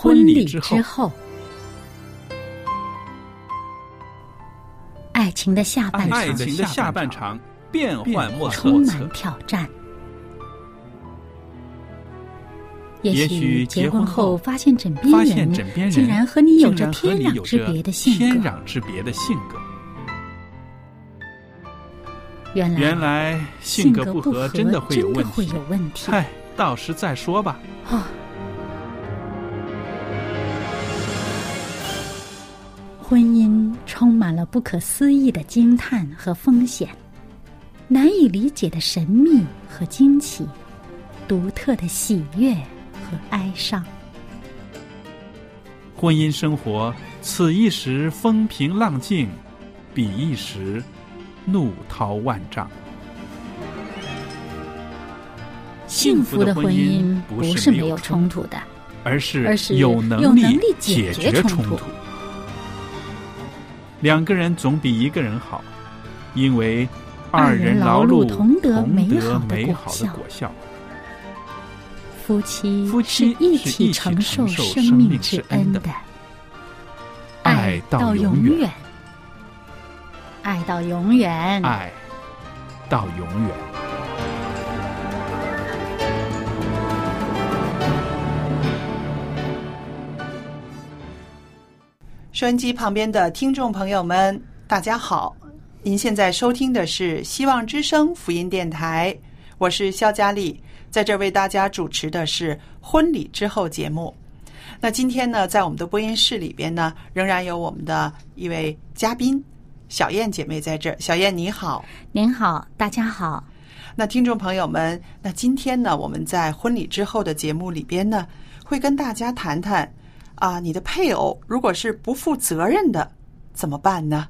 婚礼之后，爱情的下半场变幻莫测， 充满挑战。也许结婚后发现枕边人竟然和你有着天壤之别的性格。 原来性格不合真的会有问题。 嗨，到时再说吧。 婚姻充满了不可思议的惊叹和风险，难以理解的神秘和惊奇，独特的喜悦和哀伤。 婚姻生活，此一时风平浪静，彼一时怒涛万丈。 幸福的婚姻不是没有冲突的， 而是有能力解决冲突。两个人总比一个人好，因为二人劳碌同得美好的果效。 夫妻是一起承受生命之恩的，爱到永远，爱到永远， 爱到永远。 收音机旁边的听众朋友们，大家好，您现在收听的是希望之声福音电台，我是肖佳丽，在这为大家主持的是婚礼之后节目。那今天呢，在我们的播音室里边呢，仍然有我们的一位嘉宾小燕姐妹在这儿。小燕你好。 您好，大家好。 那听众朋友们，那今天呢，我们在婚礼之后的节目里边呢，会跟大家谈谈你的配偶如果是不负责任的怎么办呢？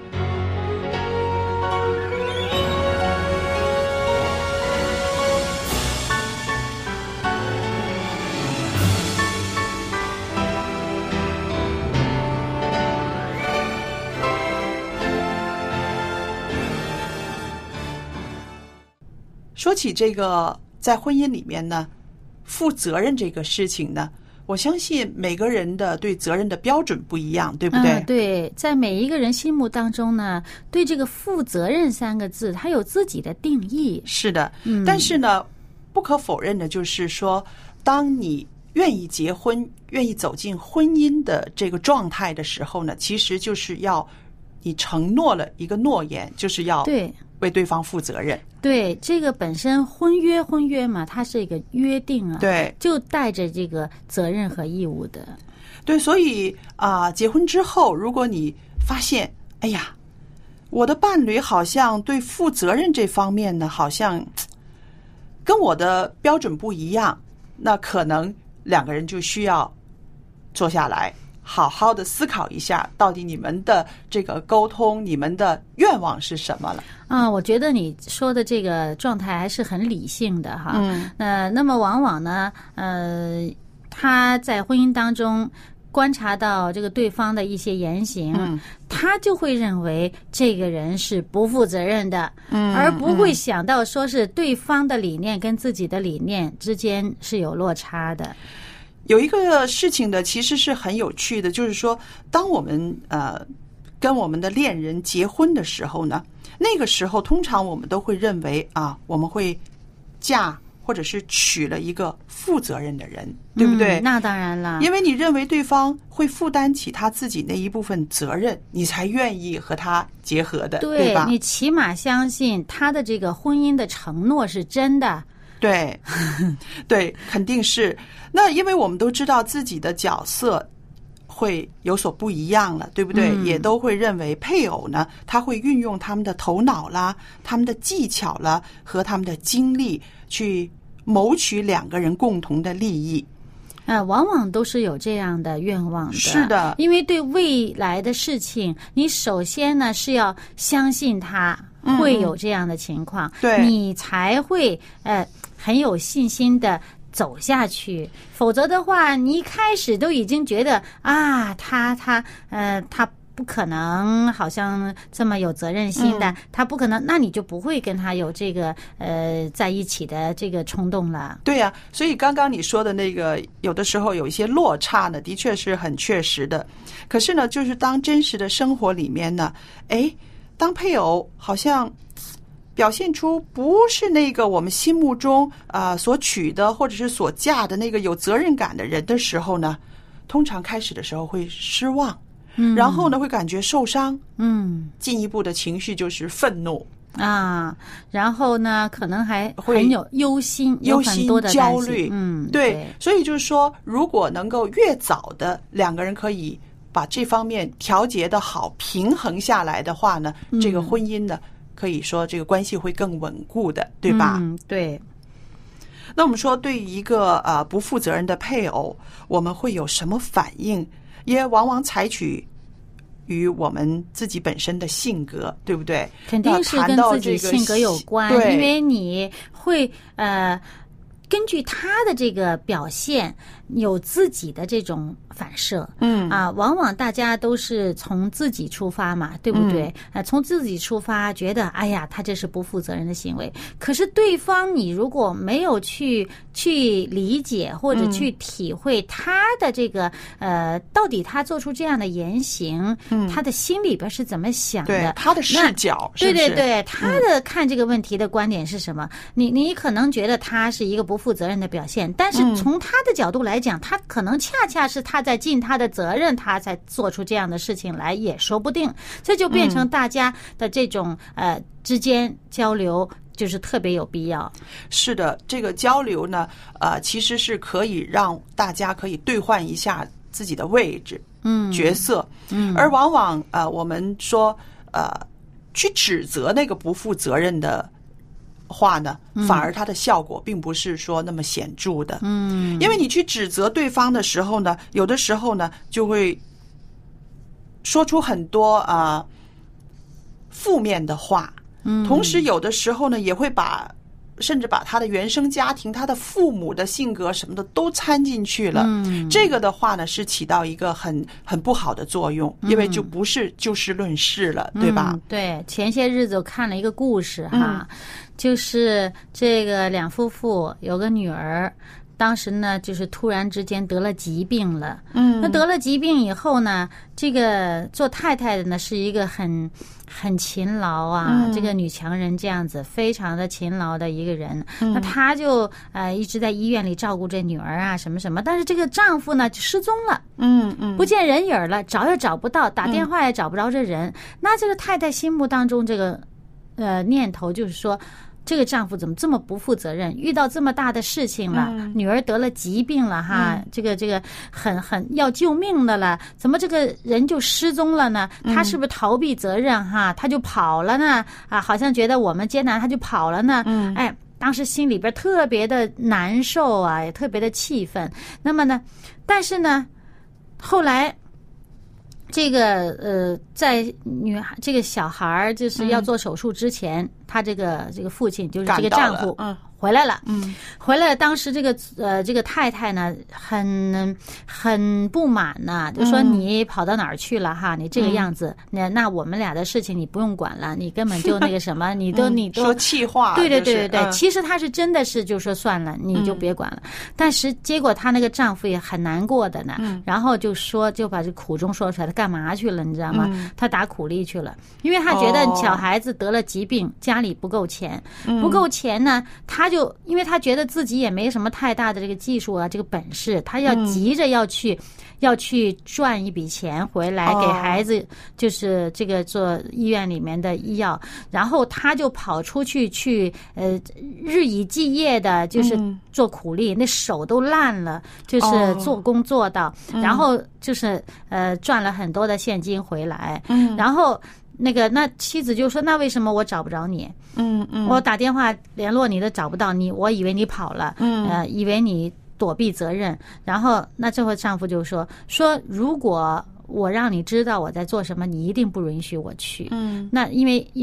说起这个在婚姻里面呢，负责任这个事情呢，我相信每个人的对责任的标准不一样，对不对？ 对，在每一个人心目当中呢，对这个负责任三个字，它有自己的定义。 是的，但是呢，不可否认的就是说，当你愿意结婚、愿意走进婚姻的这个状态的时候呢，其实就是要你承诺了一个诺言，就是要为对方负责任。 对，这个本身婚约嘛，它是一个约定啊， 对， 就带着这个责任和义务的。 对，所以结婚之后，如果你发现，哎呀，我的伴侣好像对负责任这方面呢，好像跟我的标准不一样，那可能两个人就需要坐下来，好好的思考一下，到底你们的这个沟通，你们的愿望是什么了。 我觉得你说的这个状态还是很理性的哈。那么往往呢，他在婚姻当中观察到这个对方的一些言行，他就会认为这个人是不负责任的，而不会想到说是对方的理念跟自己的理念之间是有落差的。 有一个事情的其实是很有趣的，就是说当我们跟我们的恋人结婚的时候呢，那个时候通常我们都会认为我们会嫁或者是娶了一个负责任的人，对不对？ 那当然了， 因为你认为对方会负担起他自己那一部分责任，你才愿意和他结合的，对吧？ 你起码相信他的这个婚姻的承诺是真的。 对对，肯定是。那因为我们都知道自己的角色会有所不一样了，对不对？也都会认为配偶呢，他会运用他们的头脑啦，他们的技巧啦，和他们的精力去谋取两个人共同的利益。 往往都是有这样的愿望的。 是的， 因为对未来的事情，你首先呢是要相信他会有这样的情况， 对， 你才会很有信心的走下去。否则的话，你一开始都已经觉得他不可能好像这么有责任心的，他不可能，那你就不会跟他有这个在一起的这个冲动了。 对呀，所以刚刚你说的那个，有的时候有一些落差呢，的确是很确实的。可是呢，就是当真实的生活里面呢，当配偶好像表现出不是那个我们心目中所娶的或者是所嫁的那个有责任感的人的时候呢，通常开始的时候会失望，然后呢会感觉受伤，进一步的情绪就是愤怒啊，然后呢可能还很有忧心很多的焦虑， 对， 所以就是说，如果能够越早的两个人可以把这方面调节的好，平衡下来的话呢，这个婚姻呢，可以说这个关系会更稳固的，对吧？ 对。 那我们说，对于一个不负责任的配偶，我们会有什么反应？也往往采取与我们自己本身的性格，对不对？ 肯定是跟自己性格有关，因为你会根据他的这个表现有自己的这种反射，往往大家都是从自己出发嘛，对不对？从自己出发，觉得哎呀，他这是不负责任的行为。可是对方你如果没有去理解或者去体会他的这个到底他做出这样的言行，他的心里边是怎么想的？ 对，他的视角是不是？ 对，他的看这个问题的观点是什么？你可能觉得他是一个不负责任的表现，但是从他的角度来讲，他可能恰恰是他在尽他的责任，他才做出这样的事情来，也说不定。这就变成大家的这种之间交流就是特别有必要。 是的，这个交流呢，其实是可以让大家可以兑换一下自己的位置、角色，而往往我们说去指责那个不负责任的话呢，反而它的效果并不是说那么显著的。因为你去指责对方的时候呢，有的时候呢就会说出很多负面的话，同时有的时候呢也会甚至把他的原生家庭、他的父母的性格什么的都掺进去了。这个的话呢是起到一个很不好的作用，因为就不是就事论事了，对吧？ 对，前些日子我看了一个故事哈，就是这个两夫妇有个女儿，当时呢就是突然之间得了疾病了。那得了疾病以后呢，这个做太太的呢是一个很勤劳啊，这个女强人这样子，非常的勤劳的一个人。那她就一直在医院里照顾这女儿啊，什么什么。但是这个丈夫呢就失踪了，不见人影了，找也找不到，打电话也找不着这人。那这个太太心目当中这个念头就是说，这个丈夫怎么这么不负责任？遇到这么大的事情了，女儿得了疾病了哈，这个很要救命的了，怎么这个人就失踪了呢？他是不是逃避责任哈？他就跑了呢？好像觉得我们艰难，他就跑了呢？当时心里边特别的难受啊，也特别的气愤。那么呢，但是呢，后来。这个在这个小孩就是要做手术之前，他这个父亲就是这个丈夫回来了，回来了。当时这个太太呢很不满呢，就说你跑到哪儿去了哈？你这个样子，那我们俩的事情你不用管了，你根本就那个什么，你都说气话， 对，其实他是真的是就说算了，你就别管了。但是结果他那个丈夫也很难过的呢，然后就把这苦衷说出来，他干嘛去了你知道吗？他打苦力去了，因为他觉得小孩子得了疾病，家里不够钱，呢，因为他觉得自己也没什么太大的这个技术啊，这个本事，他要急着要去赚一笔钱回来给孩子，就是这个做医院里面的医药，然后他就跑出去日以继夜的，就是做苦力，那手都烂了，就是做工做到，然后就是赚了很多的现金回来，然后。那妻子就说：“那为什么我找不着你？我打电话联络你都找不到你，我以为你跑了，以为你躲避责任。然后那这回丈夫就说如果我让你知道我在做什么，你一定不允许我去。那因为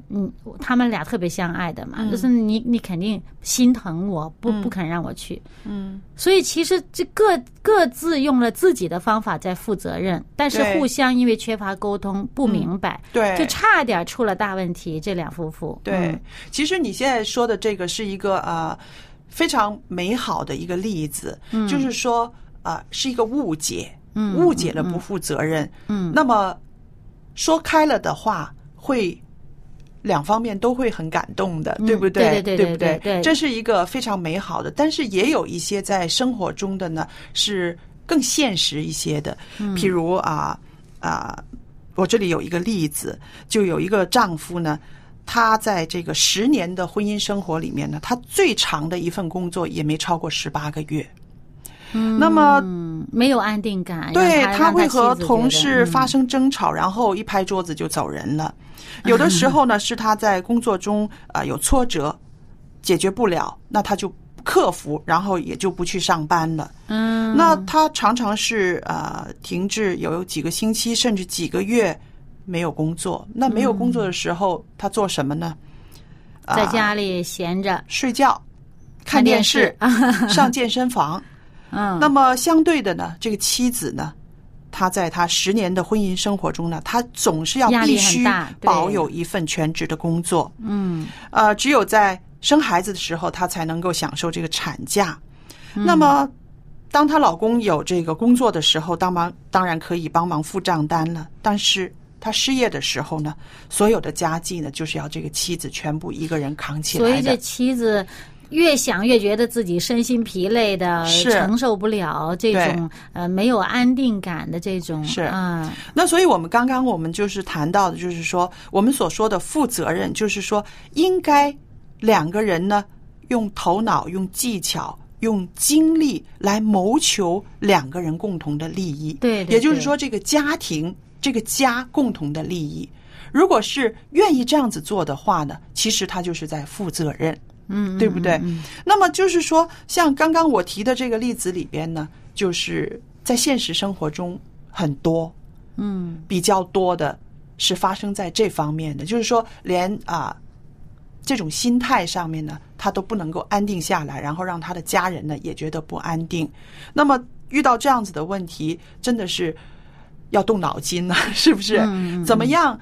他们俩特别相爱的嘛，就是你肯定心疼我，不肯让我去。所以其实这各自用了自己的方法在负责任，但是互相因为缺乏沟通不明白， 对， 就差点出了大问题。这两夫妇， 对，其实你现在说的这个是一个非常美好的一个例子，就是说是一个误解，误解了不负责任。那么说开了的话，会两方面都会很感动的，对不对？ 对不对？ 这是一个非常美好的，但是也有一些在生活中的呢是更现实一些的，譬如我这里有一个例子，就有一个丈夫呢，他在这个10年的婚姻生活里面呢，他最长的一份工作也没超过18个月。那么没有安定感， 对，他会和同事发生争吵，然后一拍桌子就走人了。有的时候呢，是他在工作中有挫折，解决不了，那他就克服，然后也就不去上班了。那他常常是停滞有几个星期甚至几个月没有工作。那没有工作的时候，他做什么呢？ 在家里闲着睡觉、看电视、上健身房。那么相对的呢，这个妻子呢，她在她10年的婚姻生活中呢，她总是要必须保有一份全职的工作。只有在生孩子的时候，她才能够享受这个产假。那么当她老公有这个工作的时候，当然可以帮忙付账单了。但是她失业的时候呢，所有的家计呢，就是要这个妻子全部一个人扛起来的。 所以这妻子越想越觉得自己身心疲累的，承受不了这种没有安定感的这种。 是那所以我们就是谈到的，就是说我们所说的负责任，就是说应该两个人呢用头脑、用技巧、用精力来谋求两个人共同的利益。 对， 也就是说这个家庭、这个家共同的利益。如果是愿意这样子做的话呢，其实他就是在负责任。对不对？那么就是说，像刚刚我提的这个例子里边呢，就是在现实生活中很多，比较多的是发生在这方面的，就是说连这种心态上面呢，他都不能够安定下来，然后让他的家人呢也觉得不安定。那么遇到这样子的问题，真的是要动脑筋了，是不是？怎么样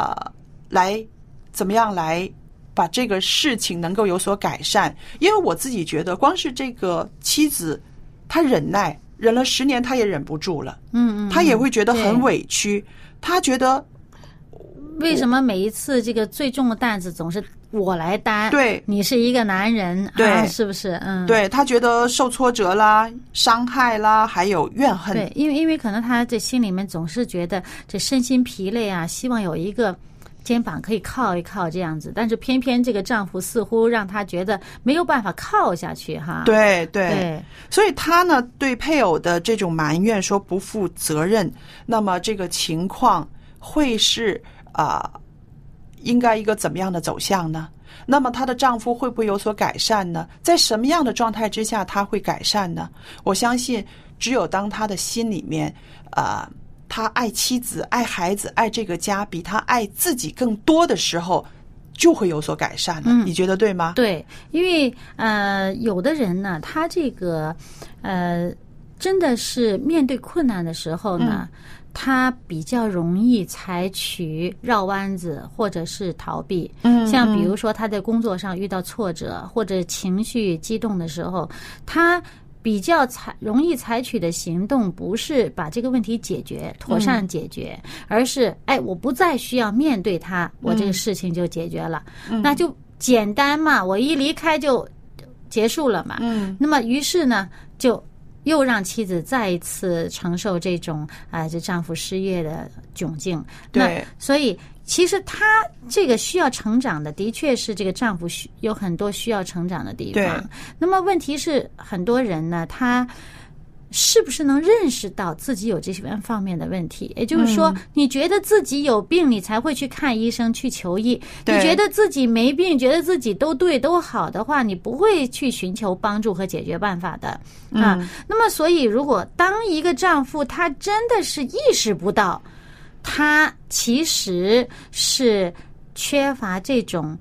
来把这个事情能够有所改善？因为我自己觉得，光是这个妻子，她忍了10年，她也忍不住了。她也会觉得很委屈，她觉得为什么每一次这个最重的担子总是我来担？ 对， 你是一个男人， 对， 是不是？ 对，她觉得受挫折啦、伤害啦，还有怨恨。 对，因为可能她这心里面总是觉得这身心疲累啊，希望有一个肩膀可以靠一靠这样子，但是偏偏这个丈夫似乎让她觉得没有办法靠下去哈。 对，所以她呢对配偶的这种埋怨说不负责任，那么这个情况会是应该一个怎么样的走向呢？那么她的丈夫会不会有所改善呢？在什么样的状态之下她会改善呢？我相信只有当她的心里面他爱妻子、爱孩子、爱这个家比他爱自己更多的时候，就会有所改善了。你觉得对吗？ 对，因为有的人呢，他这个真的是面对困难的时候呢，他比较容易采取绕弯子或者是逃避。像比如说他在工作上遇到挫折或者情绪激动的时候，他比较容易采取的行动不是把这个问题解决妥善解决，而是我不再需要面对它，我这个事情就解决了，那就简单嘛，我一离开就结束了嘛。那么于是呢就又让妻子再一次承受这种这丈夫失业的窘境。 对， 所以其实他这个需要成长的，的确是这个丈夫有很多需要成长的地方。 对， 那么问题是很多人呢，他是不是能认识到自己有这些方面的问题？也就是说，你觉得自己有病，你才会去看医生去求医。你觉得自己没病，觉得自己都对都好的话，你不会去寻求帮助和解决办法的那么所以如果当一个丈夫他真的是意识不到他其实是缺乏这种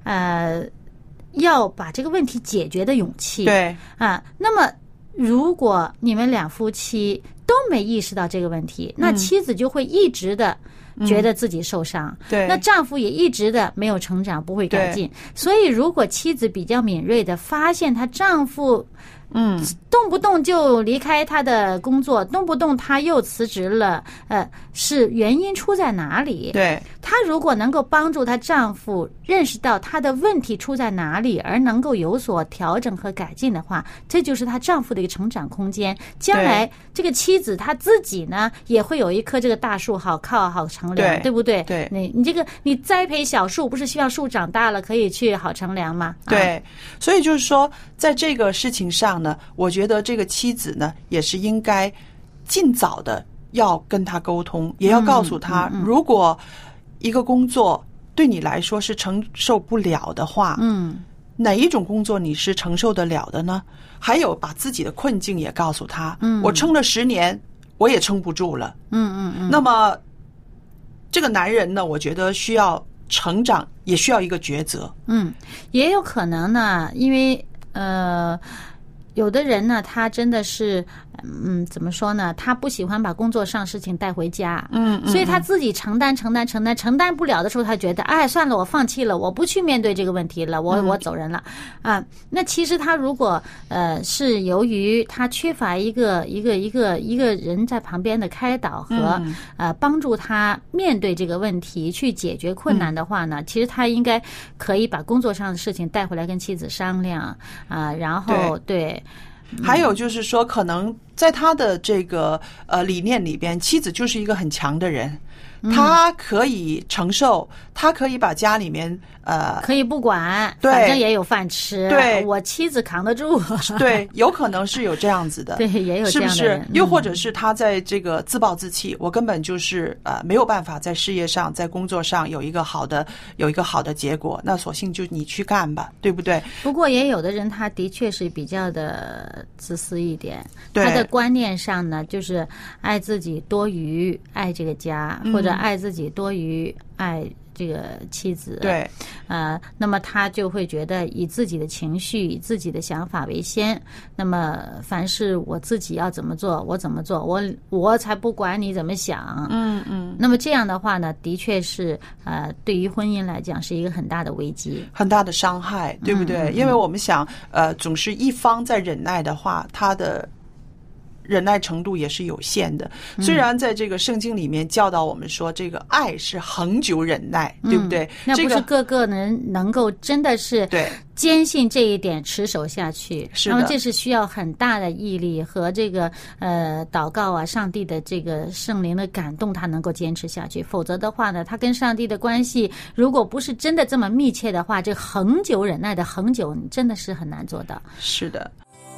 要把这个问题解决的勇气。 对啊，那么如果你们两夫妻都没意识到这个问题，那妻子就会一直的觉得自己受伤， 对， 那丈夫也一直的没有成长，不会改进。所以如果妻子比较敏锐的发现她丈夫动不动就离开他的工作，动不动他又辞职了，是原因出在哪里？ 对， 她如果能够帮助她丈夫认识到她的问题出在哪里，而能够有所调整和改进的话，这就是她丈夫的一个成长空间。将来这个妻子她自己呢，也会有一棵这个大树好靠好乘凉，对不对？ 对， 你这个你栽培小树，不是希望树长大了可以去好乘凉吗？ 对，所以就是说，在这个事情上呢，我觉得这个妻子呢，也是应该尽早的要跟他沟通，也要告诉他，如果一个工作对你来说是承受不了的话，哪一种工作你是承受得了的呢？还有把自己的困境也告诉他，我撑了10年，我也撑不住了。那么这个男人呢，我觉得需要成长，也需要一个抉择。 也有可能呢，因为有的人呢，他真的是怎么说呢？他不喜欢把工作上事情带回家，所以他自己承担不了的时候，他觉得，哎，算了，我放弃了，我不去面对这个问题了，我走人了啊。那其实他如果是由于他缺乏一个人在旁边的开导和帮助他面对这个问题，去解决困难的话呢，其实他应该可以把工作上的事情带回来跟妻子商量啊，然后对。 还有就是说，可能在他的这个理念里边，妻子就是一个很强的人，他可以承受，他可以把家里面可以不管， 对， 反正也有饭吃， 对， 我妻子扛得住。 对，有可能是有这样子的， 对，也有这样的人， 是不是？又或者是他在这个自暴自弃，我根本就是没有办法在事业上、在工作上有一个好的结果，那索性就你去干吧，对不对？ 不过也有的人他的确是比较的自私一点， 对， 他的观念上呢，就是爱自己多于爱这个家，或者爱自己多于爱这个妻子。 对， 那么他就会觉得以自己的情绪、以自己的想法为先。那么凡是我自己要怎么做，我怎么做，我才不管你怎么想。那么这样的话呢，的确是对于婚姻来讲是一个很大的危机， 很大的伤害，对不对？因为我们想，总是一方在忍耐的话，他的忍耐程度也是有限的。虽然在这个圣经里面教导我们说，这个爱是恒久忍耐，对不对？ 那不是各个人能够真的是对坚信这一点持守下去， 是的。 那么这是需要很大的毅力和这个祷告啊，上帝的这个圣灵的感动，他能够坚持下去。否则的话呢，他跟上帝的关系如果不是真的这么密切的话，这恒久忍耐的恒久真的是很难做到。 是的。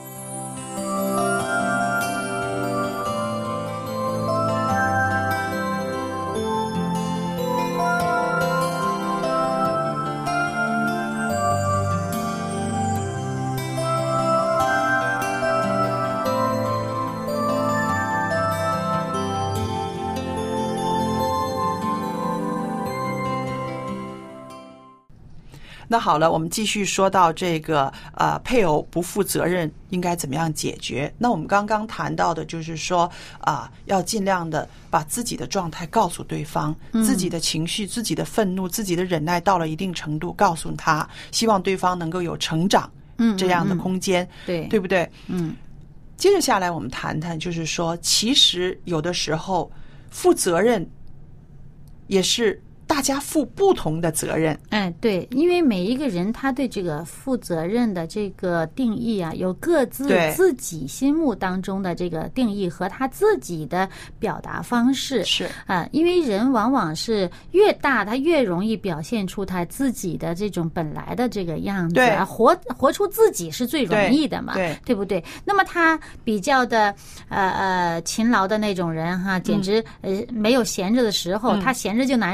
那好了，我们继续说到这个配偶不负责任应该怎么样解决。那我们刚刚谈到的就是说要尽量的把自己的状态告诉对方，自己的情绪、自己的愤怒、自己的忍耐到了一定程度告诉他，希望对方能够有成长这样的空间，对不对？接着下来我们谈谈，就是说其实有的时候负责任也是大家负不同的责任。 对，因为每一个人他对这个负责任的这个定义啊，有各自自己心目当中的这个定义和他自己的表达方式。 是因为人往往是越大，他越容易表现出他自己的这种本来的这个样子啊，活出自己是最容易的嘛，对不对？那么他比较的勤劳的那种人哈，简直没有闲着的时候，他闲着就难受那种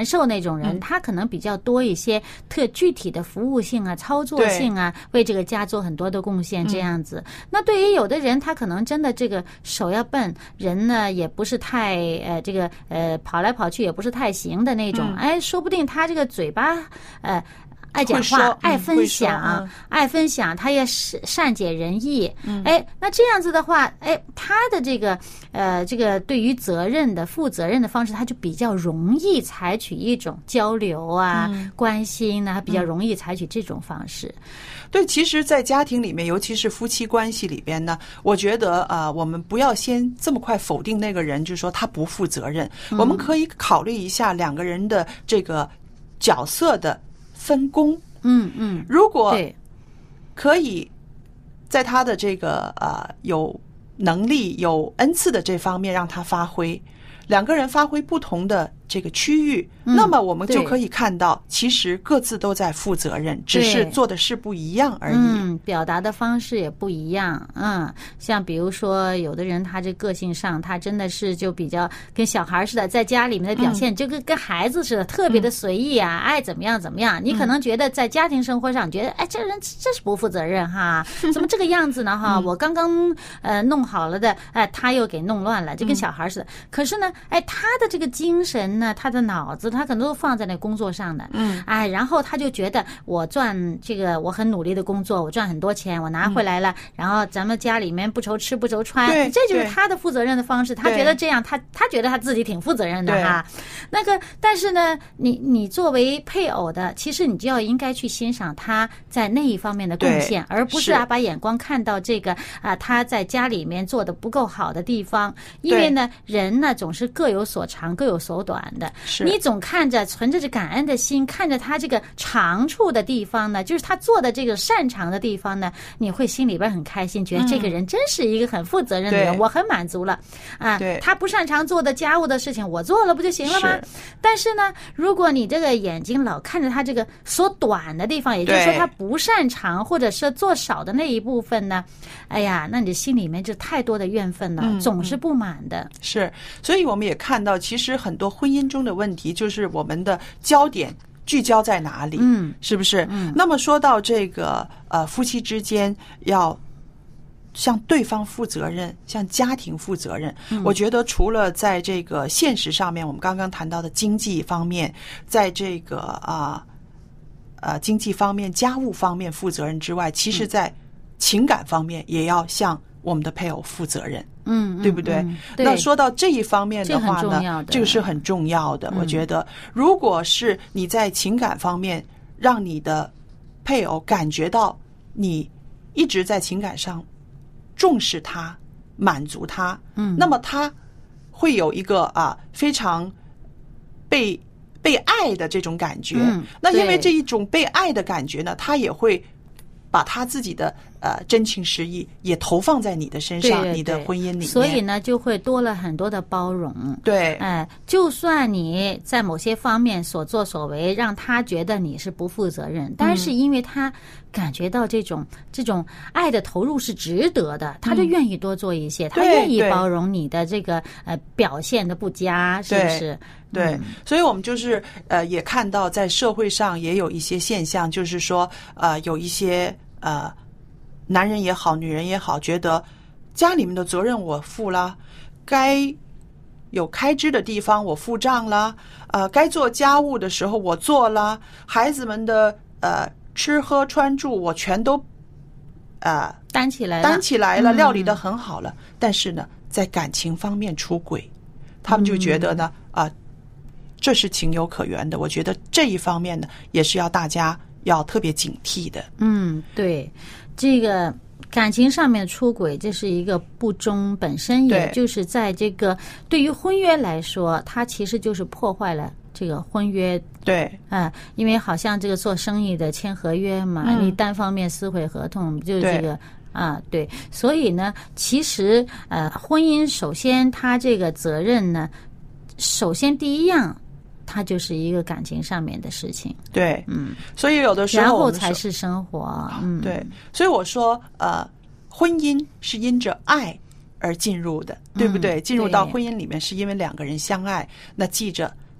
种人，他可能比较多一些具体的服务性啊、操作性啊，为这个家做很多的贡献这样子。那对于有的人，他可能真的这个手要笨，人呢也不是太跑来跑去也不是太行的那种，说不定他这个嘴巴爱讲话，爱分享，他也善解人意。那这样子的话，他的这个对于责任的负责任的方式，他就比较容易采取一种交流啊、关心啊，比较容易采取这种方式。 对，其实在家庭里面，尤其是夫妻关系里边呢，我觉得我们不要先这么快否定那个人，就是说他不负责任。我们可以考虑一下两个人的这个角色的分工。如果可以在他的这个有能力、有恩赐的这方面让他发挥，两个人发挥不同的这个区域，那么我们就可以看到，其实各自都在负责任，只是做的事不一样而已。 表达的方式也不一样。像比如说，有的人他这个性上，他真的是就比较跟小孩似的，在家里面的表现就跟孩子似的，特别的随意啊，爱怎么样怎么样。你可能觉得在家庭生活上，觉得这人真是不负责任哈，怎么这个样子呢哈？我刚刚弄好了的，他又给弄乱了，就跟小孩似的。可是呢，他的这个精神呢，他的脑子，他可能都放在那工作上的。然后他就觉得我赚这个，我很努力的工作，我赚很多钱，我拿回来了，然后咱们家里面不愁吃不愁穿，这就是他的负责任的方式。他觉得这样，他觉得他自己挺负责任的哈。但是呢，你作为配偶的，其实你就要应该去欣赏他在那一方面的贡献，而不是把眼光看到这个他在家里面做的不够好的地方。因为呢，人呢总是各有所长，各有所短的。你总看着存着感恩的心，看着他这个长处的地方呢，就是他做的这个擅长的地方呢，你会心里边很开心，觉得这个人真是一个很负责任的人，我很满足了他不擅长做的家务的事情，我做了不就行了吗？但是呢，如果你这个眼睛老看着他这个所短的地方，也就是说他不擅长或者是做少的那一部分呢，那你的心里面就太多的怨愤了，总是不满的。 是，所以我们也看到，其实很多婚姻中的问题，就是我们的焦点聚焦在哪里，是不是？那么说到这个夫妻之间要向对方负责任，向家庭负责任，我觉得除了在这个现实上面，我们刚刚谈到的经济方面，在这个经济方面、家务方面负责任之外，其实在情感方面也要向我们的配偶负责任。对不对？那说到这一方面的话呢，这个是很重要的。我觉得，如果是你在情感方面让你的配偶感觉到你一直在情感上重视他、满足他，那么他会有一个非常被爱的这种感觉。那因为这一种被爱的感觉呢，他也会把他自己的真情实意也投放在你的身上，你的婚姻里面， 所以呢就会多了很多的包容。就算你在某些方面所作所为让他觉得你是不负责任，但是因为他感觉到这种爱的投入是值得的，他就愿意多做一些，他愿意包容你的这个表现的不佳，是不是？ 对，所以我们就是也看到在社会上也有一些现象，就是说有一些男人也好，女人也好，觉得家里面的责任我负了，该有开支的地方我付账了，该做家务的时候我做了，孩子们的吃喝穿住我全都担起来了，料理得很好了。但是呢，在感情方面出轨，他们就觉得呢这是情有可原的。我觉得这一方面呢，也是要大家要特别警惕的。 对，这个感情上面出轨，这是一个不忠，本身也就是在这个对于婚约来说，它其实就是破坏了这个婚约。因为好像这个做生意的签合约嘛，你单方面撕毁合同，就是这个对，所以呢，其实婚姻首先它这个责任呢，首先第一样，它就是一个感情上面的事情。所以有的时候然后才是生活。 对，所以我说婚姻是因着爱而进入的，对不对？进入到婚姻里面是因为两个人相爱，那记着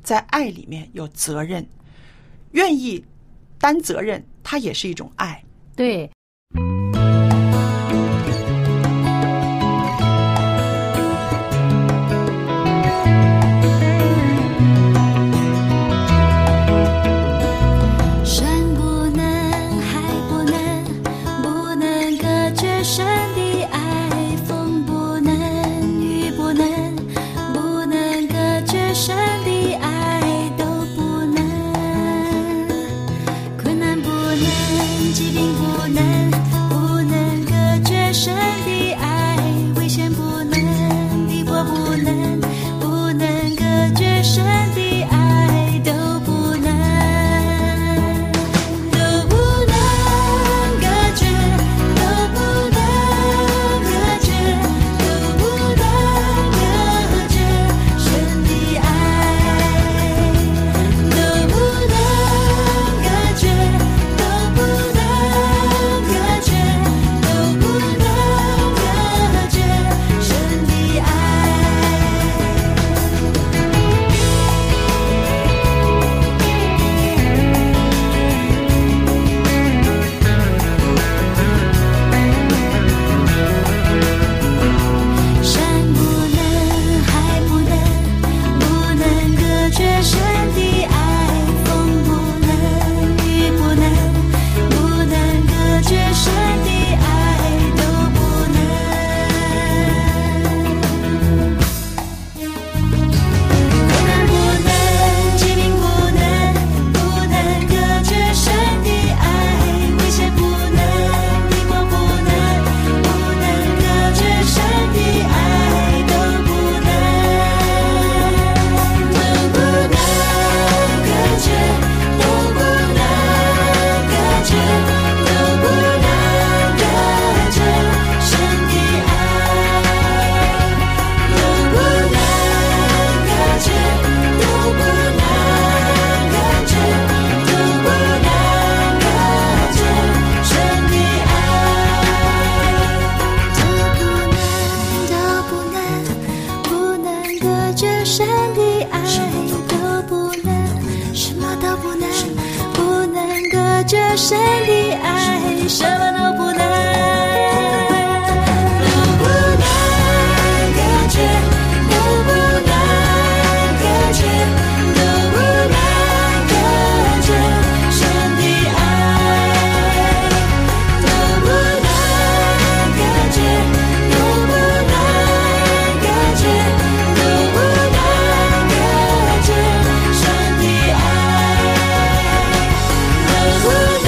在爱里面有责任，愿意担责任，它也是一种爱。 对。 神的爱，什么都不能，都不能隔绝，都不能隔绝，都不能隔绝神的爱，都不能隔绝，都不能隔绝，都不能隔绝神的爱，都不能。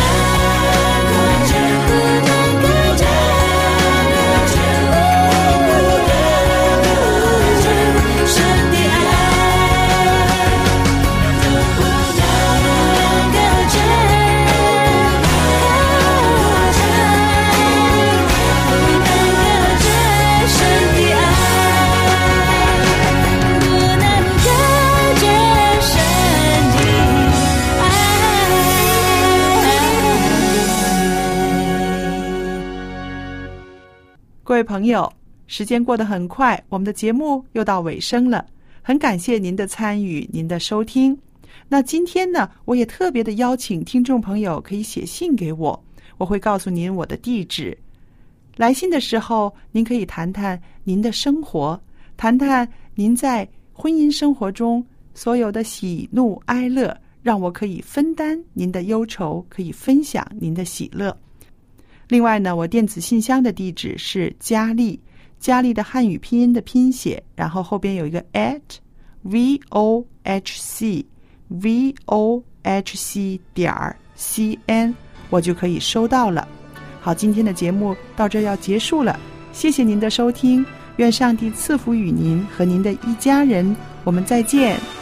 各位朋友，时间过得很快，我们的节目又到尾声了，很感谢您的参与，您的收听。那今天呢，我也特别的邀请听众朋友可以写信给我，我会告诉您我的地址。来信的时候，您可以谈谈您的生活，谈谈您在婚姻生活中所有的喜怒哀乐，让我可以分担您的忧愁，可以分享您的喜乐。另外呢，我电子信箱的地址是佳丽，佳丽的汉语拼音的拼写，然后后边有一个 @vohc.cn， 我就可以收到了。好，今天的节目到这要结束了，谢谢您的收听，愿上帝赐福与您和您的一家人，我们再见。